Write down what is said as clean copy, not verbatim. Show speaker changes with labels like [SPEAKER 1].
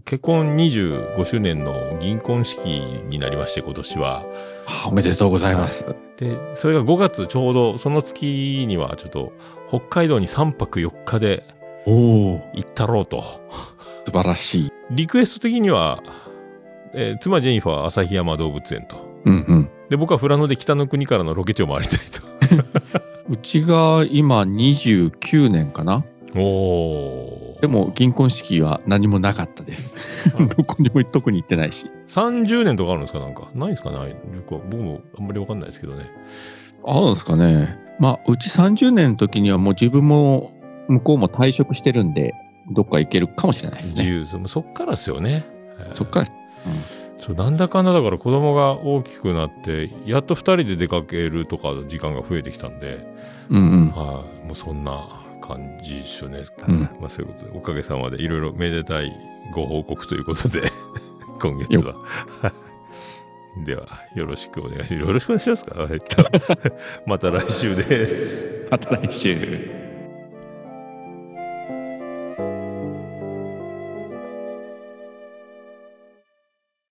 [SPEAKER 1] 結婚25周年の銀婚式になりまして、今年は。
[SPEAKER 2] おめでとうございます。
[SPEAKER 1] で、それが5月ちょうど、その月にはちょっと、北海道に3泊4日で、行ったろうと。
[SPEAKER 2] 素晴らしい。
[SPEAKER 1] リクエスト的には、妻ジェニファーは旭山動物園と。
[SPEAKER 2] うんうん。
[SPEAKER 1] で、僕は富良野で北の国からのロケ地を回りたいと。
[SPEAKER 2] うちが今29年かな。
[SPEAKER 1] おー。
[SPEAKER 2] でも銀婚式は何もなかったです。どこにも特に行ってないし。
[SPEAKER 1] 30年とかあるんですかなんか。ないんですかない僕もあんまりわかんないですけどね。
[SPEAKER 2] あるんですかね。まあ、うち30年の時にはもう自分も向こうも退職してるんで、どっか行けるかもしれないですね。
[SPEAKER 1] 自由。そっからですよね。
[SPEAKER 2] そっから。
[SPEAKER 1] そう、なんだかんだだから子供が大きくなって、やっと2人で出かけるとか時間が増えてきたんで、もうそんな感じですよね。まあそういうことで、おかげさまでいろいろめでたいご報告ということで、今月は。では、よろしくお願いします。よろしくお願いしますかまた来週です。
[SPEAKER 2] また来週。